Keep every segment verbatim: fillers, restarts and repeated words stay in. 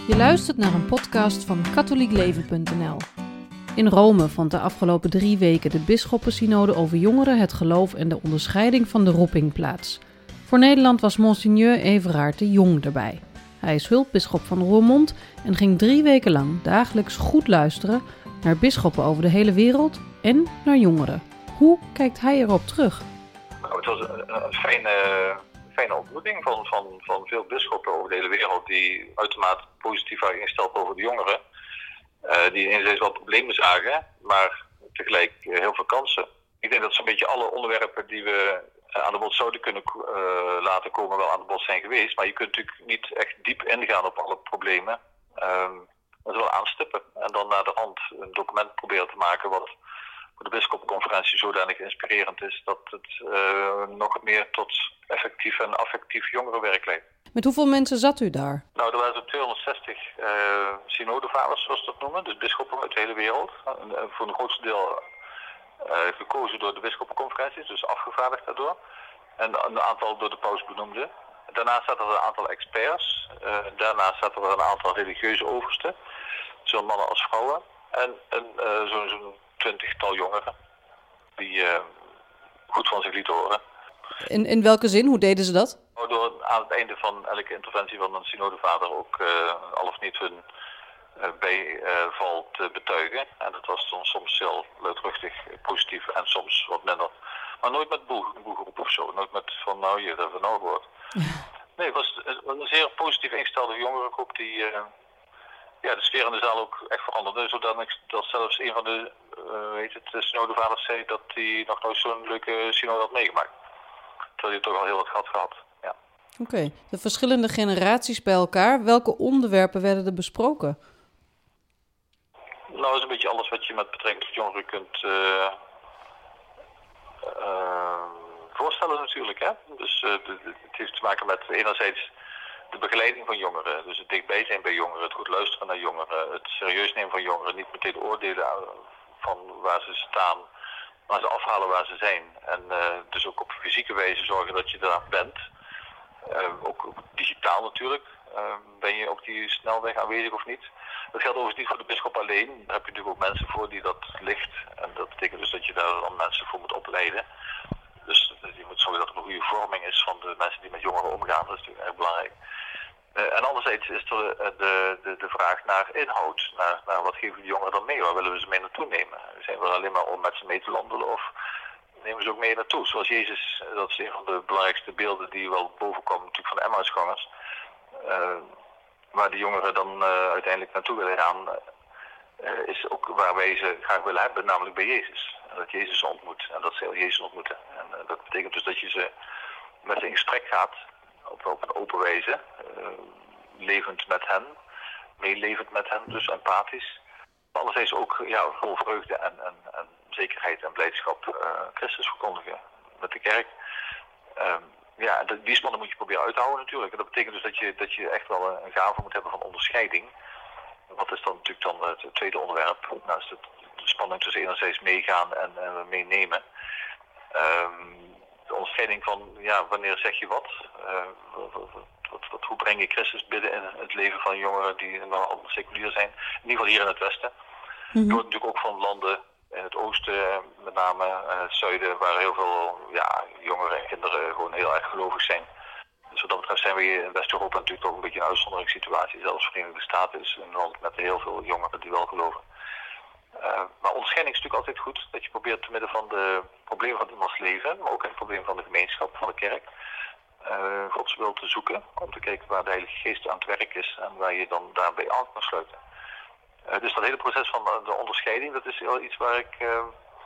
Je luistert naar een podcast van katholiek leven punt n l. In Rome vond de afgelopen drie weken de bisschoppensynode over jongeren, het geloof en de onderscheiding van de roeping plaats. Voor Nederland was Monseigneur Everard de Jong erbij. Hij is hulpbisschop van Roermond en ging drie weken lang dagelijks goed luisteren naar bisschoppen over de hele wereld en naar jongeren. Hoe kijkt hij erop terug? Nou, het was een, een fijne, fijne ontmoeting van, van, van veel bisschoppen over de hele wereld die uitermate positief waren ingesteld over de jongeren. Uh, die enerzijds wel problemen zagen, maar tegelijk uh, heel veel kansen. Ik denk dat zo'n beetje alle onderwerpen die we uh, aan de bod zouden kunnen uh, laten komen wel aan de bod zijn geweest. Maar je kunt natuurlijk niet echt diep ingaan op alle problemen. Um, dat is wel aanstippen. En dan naar de hand een document proberen te maken wat voor de bisschoppenconferentie zodanig inspirerend is dat het uh, nog meer tot effectief en affectief jongerenwerk leidt. Met hoeveel mensen zat u daar? Nou, er waren zo'n tweehonderdzestig uh, synodevaders, zoals we dat noemen, dus bisschoppen uit de hele wereld. En, uh, voor een grootste deel uh, gekozen door de bisschoppenconferenties, dus afgevaardigd daardoor. En een aantal door de paus benoemde. Daarnaast zaten er een aantal experts. Uh, daarnaast zaten er een aantal religieuze oversten, zowel mannen als vrouwen. En, en uh, zo'n, zo'n twintigtal jongeren die uh, goed van zich lieten horen. In, in welke zin? Hoe deden ze dat? Door aan het einde van elke interventie van een synodevader ook uh, al of niet hun uh, bijval uh, te betuigen. En dat was dan soms heel luidruchtig positief en soms wat minder. Maar nooit met boelgeroep of zo. Nooit met van nou je dat nou gehoord. Nee, het was, het was een zeer positief ingestelde jongerengroep die uh, ja, de sfeer in de zaal ook echt veranderde. Zodat dat zelfs een van de uh, weet het, de synodevaders zei dat hij nog nooit zo'n leuke synode had meegemaakt. Terwijl hij toch al heel wat had gehad. Ja. Oké, okay. De verschillende generaties bij elkaar. Welke onderwerpen werden er besproken? Nou, dat is een beetje alles wat je met betrekking tot jongeren kunt uh, uh, voorstellen natuurlijk. Hè? Dus uh, de, de, het heeft te maken met enerzijds de begeleiding van jongeren. Dus het dichtbij zijn bij jongeren, het goed luisteren naar jongeren, het serieus nemen van jongeren, niet meteen oordelen van waar ze staan, maar ze afhalen waar ze zijn. En uh, dus ook op fysieke wijze zorgen dat je daar bent. Uh, ook, ook digitaal natuurlijk. Uh, ben je op die snelweg aanwezig of niet? Dat geldt overigens niet voor de bisschop alleen. Daar heb je natuurlijk ook mensen voor die dat licht. En dat betekent dus dat je daar dan mensen voor moet opleiden. Dus je moet zorgen dat er een goede vorming is van de mensen die met jongeren omgaan. Dat is natuurlijk erg belangrijk. Uh, en anderzijds is er uh, de, de, de vraag naar inhoud. Naar, naar wat geven de jongeren dan mee? Waar willen we ze mee naartoe nemen? Zijn we er alleen maar om met ze mee te wandelen? Of nemen ze ook mee naartoe? Zoals Jezus, dat is een van de belangrijkste beelden die wel bovenkomen natuurlijk van de Emmausgangers. Uh, waar de jongeren dan uh, uiteindelijk naartoe willen gaan, uh, is ook waar wij ze graag willen hebben, namelijk bij Jezus. En dat Jezus ze ontmoet en dat ze Jezus ontmoeten. En uh, dat betekent dus dat je ze met ze in gesprek gaat, op, op een open wijze, uh, levend met hen, meelevend met hen, dus empathisch. Anderzijds ook ja, vol vreugde en, en, en zekerheid en blijdschap uh, Christus verkondigen met de kerk. Uh, ja, die spannen moet je proberen uit te houden natuurlijk. En dat betekent dus dat je, dat je echt wel een gave moet hebben van onderscheiding. Wat is dan natuurlijk dan het tweede onderwerp? Nou, is het de spanning tussen enerzijds meegaan en, en meenemen. Uh, de onderscheiding van, ja, wanneer zeg je wat? Uh, wat, wat, wat? Hoe breng je Christus binnen in het leven van jongeren die nogal seculier zijn? In ieder geval hier in het Westen. Mm-hmm. Je hoort natuurlijk ook van landen in het oosten, met name uh, het zuiden, waar heel veel ja, jongeren en kinderen gewoon heel erg gelovig zijn. Dus wat dat betreft zijn we hier in West-Europa natuurlijk toch een beetje een uitzonderingssituatie. Zelfs Verenigde Staten is een land met heel veel jongeren die wel geloven. Uh, maar onderscheiding is natuurlijk altijd goed. Dat je probeert te midden van de problemen van iemands leven, maar ook in het probleem van de gemeenschap, van de kerk, uh, Gods wil te zoeken. Om te kijken waar de Heilige Geest aan het werk is en waar je dan daarbij aan kan sluiten. Uh, dus dat hele proces van de onderscheiding, dat is wel iets waar ik uh,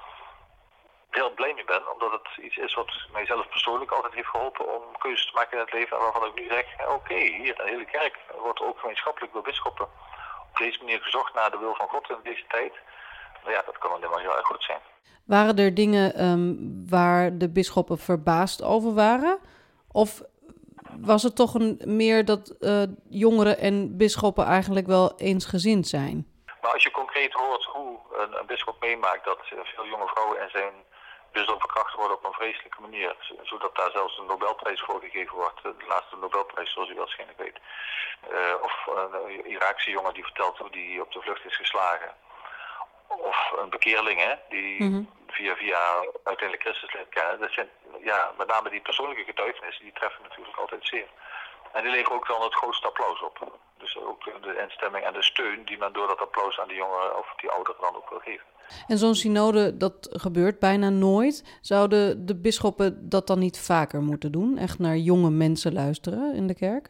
heel blij mee ben. Omdat het iets is wat mijzelf persoonlijk altijd heeft geholpen om keuzes te maken in het leven. En waarvan ik nu zeg, oké, okay, hier in de hele kerk wordt ook gemeenschappelijk door bisschoppen op deze manier gezocht naar de wil van God in deze tijd. Nou ja, dat kan alleen maar heel erg goed zijn. Waren er dingen um, waar de bisschoppen verbaasd over waren? Of was het toch een, meer dat uh, jongeren en bisschoppen eigenlijk wel eensgezind zijn? Maar als je concreet hoort hoe een, een bisschop meemaakt dat veel jonge vrouwen in zijn bisdom verkracht worden op een vreselijke manier. Zodat daar zelfs een Nobelprijs voor gegeven wordt. De laatste Nobelprijs, zoals u waarschijnlijk weet. Uh, of een Iraakse jongen die vertelt hoe die op de vlucht is geslagen. Of een bekeerling, hè, die mm-hmm. via via uiteindelijk Christus leert kennen. Dat zijn, ja, met name die persoonlijke getuigenissen, die treffen natuurlijk altijd zeer. En die leveren ook dan het grootste applaus op. Dus ook de instemming en de steun die men door dat applaus aan die jongeren of die ouderen dan ook wil geven. En zo'n synode, dat gebeurt bijna nooit. Zouden de bisschoppen dat dan niet vaker moeten doen? Echt naar jonge mensen luisteren in de kerk?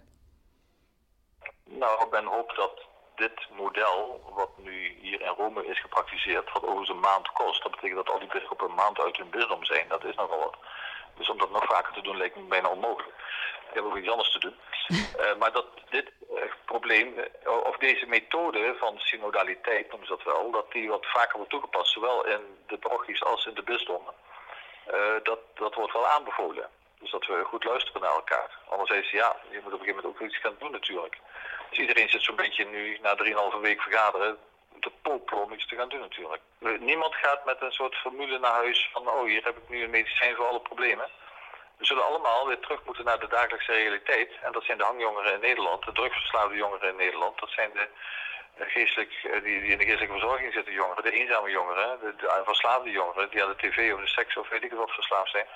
Nou, men hoopt dat dit model, wat nu hier in Rome is gepraktiseerd, wat overigens een maand kost. Dat betekent dat al die bisschoppen een maand uit hun bisdom zijn. Dat is nogal wat. Dus om dat nog vaker te doen lijkt me bijna onmogelijk. Ik heb ook iets anders te doen. uh, maar dat dit uh, probleem, uh, of deze methode van synodaliteit, noemen ze dat wel, dat die wat vaker wordt toegepast, zowel in de parochies als in de bisdommen, uh, dat, dat wordt wel aanbevolen. Dus dat we goed luisteren naar elkaar. Anderzijds, ja, je moet op een gegeven moment ook iets gaan doen natuurlijk. Dus iedereen zit zo'n beetje nu na drieënhalve week vergaderen te popelen om iets te gaan doen natuurlijk. Niemand gaat met een soort formule naar huis van, oh, hier heb ik nu een medicijn voor alle problemen. We zullen allemaal weer terug moeten naar de dagelijkse realiteit. En dat zijn de hangjongeren in Nederland, de drugsverslaafde jongeren in Nederland. Dat zijn de geestelijk, die, die in de geestelijke verzorging zitten jongeren, de eenzame jongeren, de, de verslaafde jongeren die aan de tv of de seks of weet ik wat verslaafd zijn.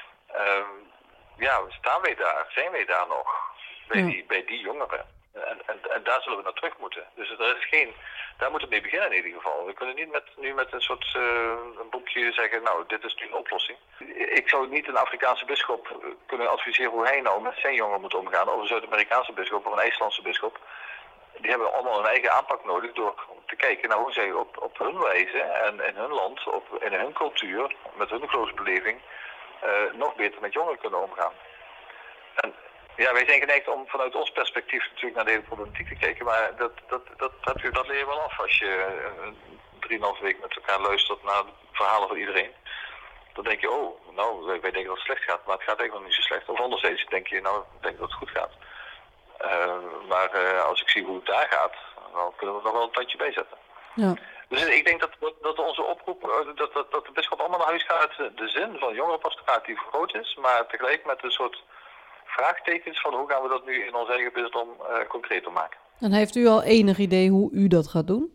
Um, ja, staan wij daar? Zijn wij daar nog? Bij, ja. die, bij die jongeren. En, en, en daar zullen we naar terug moeten. Dus er is geen, daar moeten we mee beginnen in ieder geval. We kunnen niet met, nu met een soort uh, een boekje zeggen, nou, dit is nu een oplossing. Ik zou niet een Afrikaanse bisschop kunnen adviseren hoe hij nou met zijn jongeren moet omgaan. Of een Zuid-Amerikaanse bisschop of een IJslandse bisschop. Die hebben allemaal een eigen aanpak nodig door te kijken naar hoe zij op, op hun wijze en in hun land, op, in hun cultuur, met hun geloofsbeleving, uh, nog beter met jongeren kunnen omgaan. En, ja, wij zijn geneigd om vanuit ons perspectief natuurlijk naar de hele problematiek te kijken, maar dat, dat, dat, dat, dat leer je wel af als je een drieënhalve week met elkaar luistert naar de verhalen van iedereen. Dan denk je, oh, nou, wij, wij denken dat het slecht gaat, maar het gaat eigenlijk nog niet zo slecht. Of anderzijds denk je, nou, ik denk dat het goed gaat. Uh, maar uh, als ik zie hoe het daar gaat, dan kunnen we er nog wel een tandje bij zetten. Ja. Dus ik denk dat, dat onze oproep, dat, dat, dat de bisschop allemaal naar huis gaat uit de zin van jongerenpastoraat die groot is, maar tegelijk met een soort vraagtekens van hoe gaan we dat nu in ons eigen bisdom uh, concreter maken. En heeft u al enig idee hoe u dat gaat doen?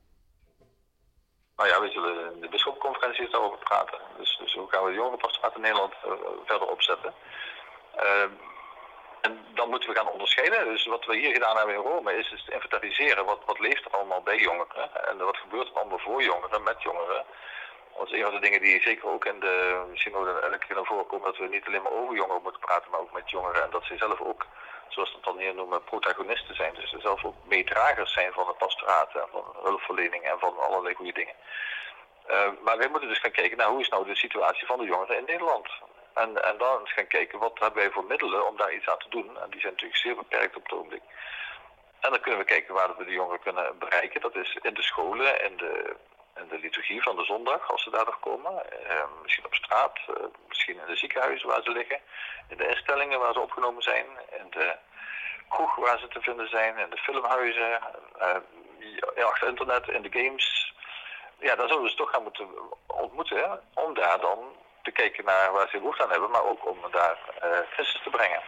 Nou ja, we zullen in de bisschopconferentie daarover praten. Dus, dus hoe gaan we de jongerenpastoraat in Nederland uh, verder opzetten. Uh, en dan moeten we gaan onderscheiden. Dus wat we hier gedaan hebben in Rome is, is te inventariseren wat, wat leeft er allemaal bij jongeren. En wat gebeurt er allemaal voor jongeren, met jongeren. Dat is een van de dingen die zeker ook in de synode elke keer naar voren komen, dat we niet alleen maar over jongeren moeten praten, maar ook met jongeren. En dat ze zelf ook, zoals we het dan hier noemen, protagonisten zijn. Dus ze zelf ook meedragers zijn van het pastoraat en van hulpverlening en van allerlei goede dingen. Uh, maar wij moeten dus gaan kijken naar hoe is nou de situatie van de jongeren in Nederland. En, en dan eens gaan kijken wat hebben wij voor middelen om daar iets aan te doen. En die zijn natuurlijk zeer beperkt op het ogenblik. En dan kunnen we kijken waar we de jongeren kunnen bereiken. Dat is in de scholen, in de... in de liturgie van de zondag, als ze daar nog komen. Uh, misschien op straat, uh, misschien in de ziekenhuizen waar ze liggen. In de instellingen waar ze opgenomen zijn. In de kroeg waar ze te vinden zijn. In de filmhuizen. Uh, achter internet, in de games. Ja, daar zullen we ze toch gaan moeten ontmoeten. Hè, om daar dan te kijken naar waar ze behoefte aan hebben. Maar ook om daar uh, Christus te brengen.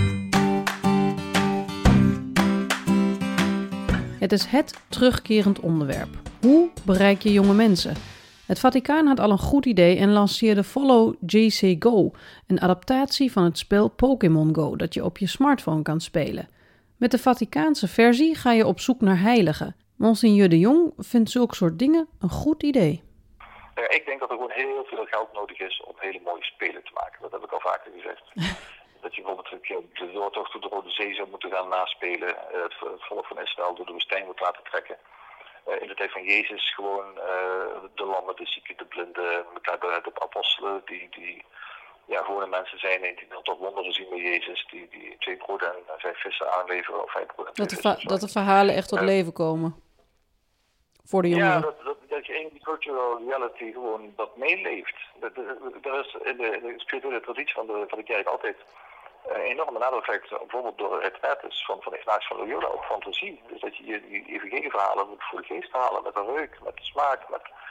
Het is het terugkerend onderwerp. Hoe bereik je jonge mensen? Het Vaticaan had al een goed idee en lanceerde Follow J C Go, een adaptatie van het spel Pokémon Go dat je op je smartphone kan spelen. Met de Vaticaanse versie ga je op zoek naar heiligen. Monseigneur de Jong vindt zulke soort dingen een goed idee. Ja, ik denk dat er gewoon heel veel geld nodig is om hele mooie spelen te maken. Dat heb ik al vaker gezegd. Dat je bijvoorbeeld de doortocht door de Rode Zee zou moeten gaan naspelen. Het volk van Israël door de woestijn moet laten trekken. In de tijd van Jezus gewoon uh, de lammen, de zieken, de blinden, de, de apostelen die, die ja, gewone mensen zijn en die dan toch wonderen zien bij Jezus, die, die twee broden en vijf vissen aanleveren of vijf broden en dat, twee de va- dat de verhalen echt tot uh, leven komen voor de jongeren. Ja, dat, dat, dat je in die cultural reality gewoon dat meeleeft. Er is in de, in de spirituele traditie van de, van de kerk altijd een enorme nadruk gelegd, bijvoorbeeld door retretes van, van Ignatius van Loyola, ook fantasie. Dus dat je die evangelieverhalen moet voor de geest halen, met een reuk, met de smaak, met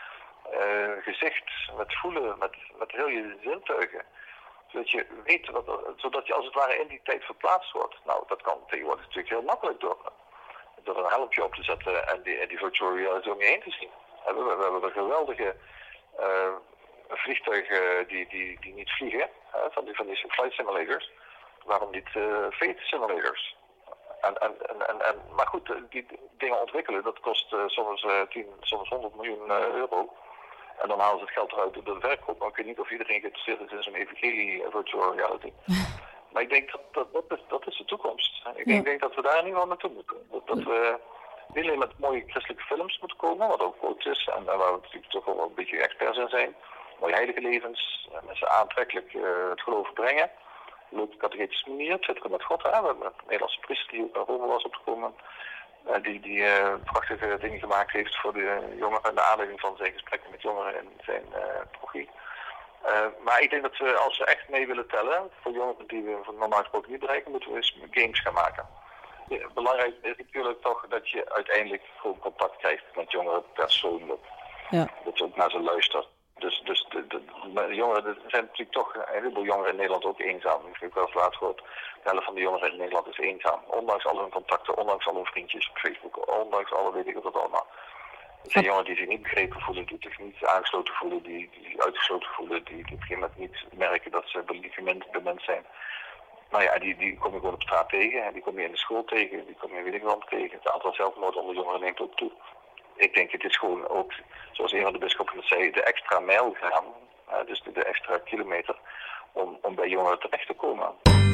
uh, gezicht, met voelen, met, met heel je zintuigen. Zodat je weet, wat, zodat je als het ware in die tijd verplaatst wordt. Nou, dat kan tegenwoordig natuurlijk heel makkelijk door, door een helmpje op te zetten en die, en die virtual reality om je heen te zien. We, we, we hebben een geweldige uh, vliegtuigen die, die, die niet vliegen, uh, van, die, van die flight simulators. Waarom niet uh, fate simulators? En, en, en, en, maar goed, die dingen ontwikkelen, dat kost uh, soms uh, tien, soms honderd miljoen uh, euro. En dan halen ze het geld eruit door de verkoop. Maar ik weet niet of iedereen geïnteresseerd is in zo'n evangelie virtual reality. Maar ik denk dat dat, dat, is, dat is de toekomst. Ik denk, ja. denk dat we daar in ieder geval naartoe moeten. Dat, dat we niet alleen met mooie christelijke films moeten komen, wat ook goed is. En, en waar we natuurlijk toch wel een beetje experts in zijn. Mooie heilige levens, mensen aantrekkelijk uh, het geloof brengen. Leuke catechetische manier, twitteren met God. Hè? We hebben een Nederlandse priester die ook naar Rome was opgekomen. Uh, die die uh, prachtige dingen gemaakt heeft voor de uh, jongeren. Naar aanleiding van zijn gesprekken met jongeren in zijn uh, parochie. Uh, maar ik denk dat we, als we echt mee willen tellen, voor jongeren die we normaal gesproken niet bereiken, moeten we eens games gaan maken. Ja, belangrijk is natuurlijk toch dat je uiteindelijk gewoon contact krijgt met jongeren persoonlijk. Ja. Dat je ook naar ze luistert. Dus, dus de, de, de jongeren, er zijn natuurlijk toch een heleboel jongeren in Nederland ook eenzaam. Ik heb wel eens laatst gehoord, de helft van de jongeren in Nederland is eenzaam. Ondanks al hun contacten, ondanks al hun vriendjes op Facebook, ondanks alle weet ik wat allemaal. Het zijn jongeren die zich niet begrepen voelen, die zich niet aangesloten voelen, die, die zich uitgesloten voelen, die, die op een gegeven moment niet merken dat ze bemind zijn. Nou ja, die, die kom je gewoon op straat tegen, en die kom je in de school tegen, die kom je weet ik wel tegen. Het aantal zelfmoorden onder jongeren neemt ook toe. Ik denk het is gewoon ook, zoals een van de bisschoppen zei, de extra mijl gaan, uh, dus de, de extra kilometer, om, om bij jongeren terecht te komen.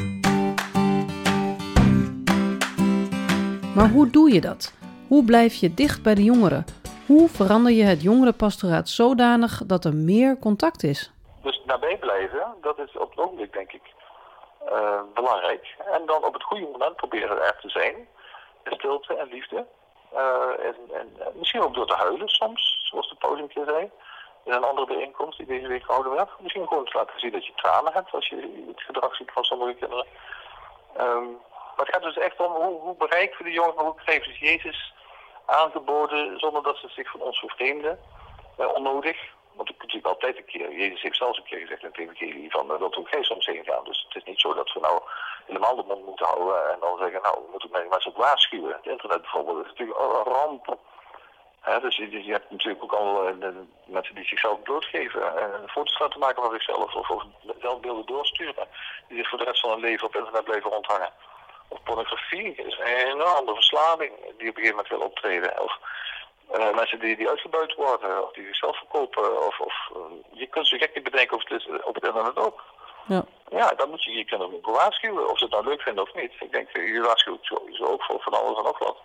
Maar hoe doe je dat? Hoe blijf je dicht bij de jongeren? Hoe verander je het jongerenpastoraat zodanig dat er meer contact is? Dus nabij blijven, dat is op het ogenblik denk ik uh, belangrijk. En dan op het goede moment proberen er te zijn, in stilte en liefde. Uh, en, en misschien ook door te huilen soms, zoals de paus een keer zei. In een andere bijeenkomst die deze week gehouden werd. Misschien gewoon te laten zien dat je tranen hebt als je het gedrag ziet van sommige kinderen. Um, maar het gaat dus echt om hoe, hoe bereiken we de jongeren, hoe krijgen ze Jezus aangeboden zonder dat ze zich van ons vervreemden. Uh, onnodig. Want ik natuurlijk altijd een keer, Jezus heeft zelfs een keer gezegd in het evangelie van uh, dat we geen soms heen gaan. Dus het is niet zo dat we nou helemaal de mond moeten houden en dan zeggen, nou we moeten mensen ook waarschuwen. Het internet bijvoorbeeld is natuurlijk een ramp. He, dus je, je hebt natuurlijk ook al uh, de mensen die zichzelf doodgeven, uh, foto's laten maken van zichzelf of, of zelfbeelden doorsturen. Die zich voor de rest van hun leven op internet blijven rondhangen. Of pornografie is een enorme verslaving die op een gegeven moment wil optreden. Of uh, mensen die, die uitgebuit worden of die zichzelf verkopen. Of, of uh, je kunt zo gek niet bedenken of het is op het internet ook. Ja. Ja, dan moet je je kinderen ook waarschuwen of ze het nou leuk vinden of niet. Ik denk, je waarschuwt sowieso ook voor van alles en nog wat.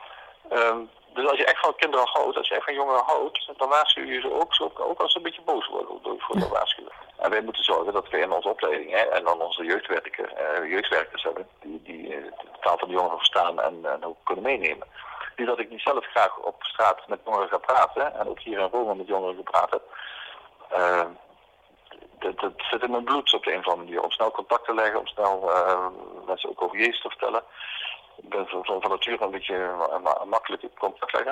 Um, dus als je echt van kinderen houdt, als je echt van jongeren houdt, dan waarschuw je ze ook, ook, ook als ze een beetje boos worden door voor te waarschuwen. En wij moeten zorgen dat we in onze opleiding hè, en dan onze jeugdwerker, uh, jeugdwerkers hebben, die, die uh, de taal van de jongeren verstaan en, en ook kunnen meenemen. Die dat ik niet zelf graag op straat met jongeren ga praten, en ook hier in Rome met jongeren gepraat heb. Uh, dat, dat zit in mijn bloed op de een of andere manier, om snel contact te leggen, om snel uh, mensen ook over Jezus te vertellen. Ik ben van, van nature een beetje uh, makkelijk in contact leggen.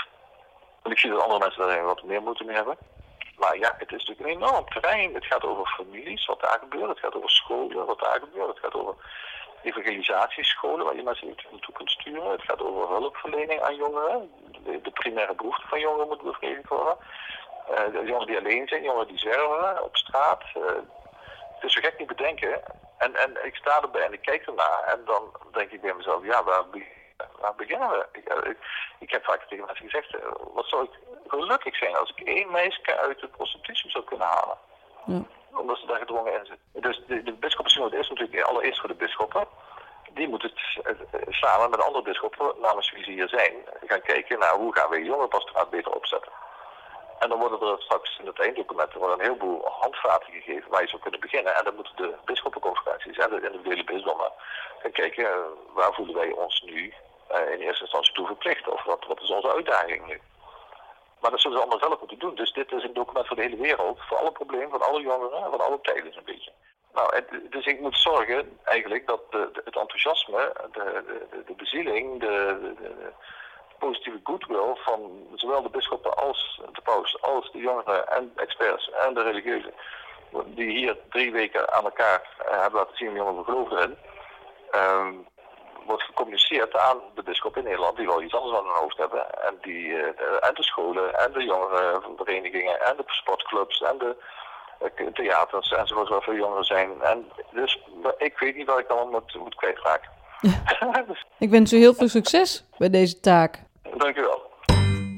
En ik zie dat andere mensen daar wat meer moeite mee hebben. Maar ja, het is natuurlijk een enorm terrein. Het gaat over families, wat daar gebeurt. Het gaat over scholen, wat daar gebeurt. Het gaat over evangelisatiescholen, waar je mensen naartoe kunt sturen. Het gaat over hulpverlening aan jongeren. De, de primaire behoeften van jongeren moeten bevredigd worden. Uh, de jongeren die alleen zijn, jongeren die zwerven op straat. Uh, het is zo gek niet bedenken. En, en ik sta erbij en ik kijk ernaar en dan denk ik bij mezelf, ja, waar, waar beginnen we? Ik, ik, ik heb vaak tegen mensen gezegd, wat zou ik gelukkig zijn als ik één meisje uit de prostitutie zou kunnen halen. Ja. Omdat ze daar gedwongen in zitten. Dus de, de bisschoppensynode is natuurlijk allereerst voor de bisschoppen. Die moeten het, samen met andere bisschoppen, namens wie ze hier zijn, gaan kijken naar hoe gaan we jongerenpastoraat beter opzetten. En dan worden er straks in het einddocument er worden een heleboel handvaten gegeven waar je zou kunnen beginnen. En dan moeten de bisschoppenconferenties en de individuele bisdommen gaan kijken uh, waar voelen wij ons nu uh, in eerste instantie toe verplicht. Of wat, wat is onze uitdaging nu. Maar dat zullen ze allemaal zelf moeten doen. Dus dit is een document voor de hele wereld. Voor alle problemen, van alle jongeren en van alle tijden zo'n beetje. Nou, het, dus ik moet zorgen eigenlijk dat de, de, het enthousiasme, de, de, de bezieling, de... de, de positieve goodwill van zowel de bisschoppen als de paus, als de jongeren en experts en de religieuzen, die hier drie weken aan elkaar uh, hebben laten zien, jongen, we geloven erin, um, wordt gecommuniceerd aan de bisschop in Nederland, die wel iets anders aan hun hoofd hebben. En, die, uh, de, en de scholen, en de jongerenverenigingen, en de sportclubs, en de uh, theaters, enzovoort, waar veel jongeren zijn. En dus ik weet niet waar ik dan moet, moet kwijtraken. Ja. Ik wens u heel veel succes bij deze taak. Dank u wel.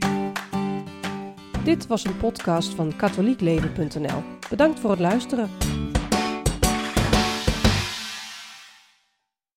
Dit was een podcast van katholiek leven punt n l. Bedankt voor het luisteren.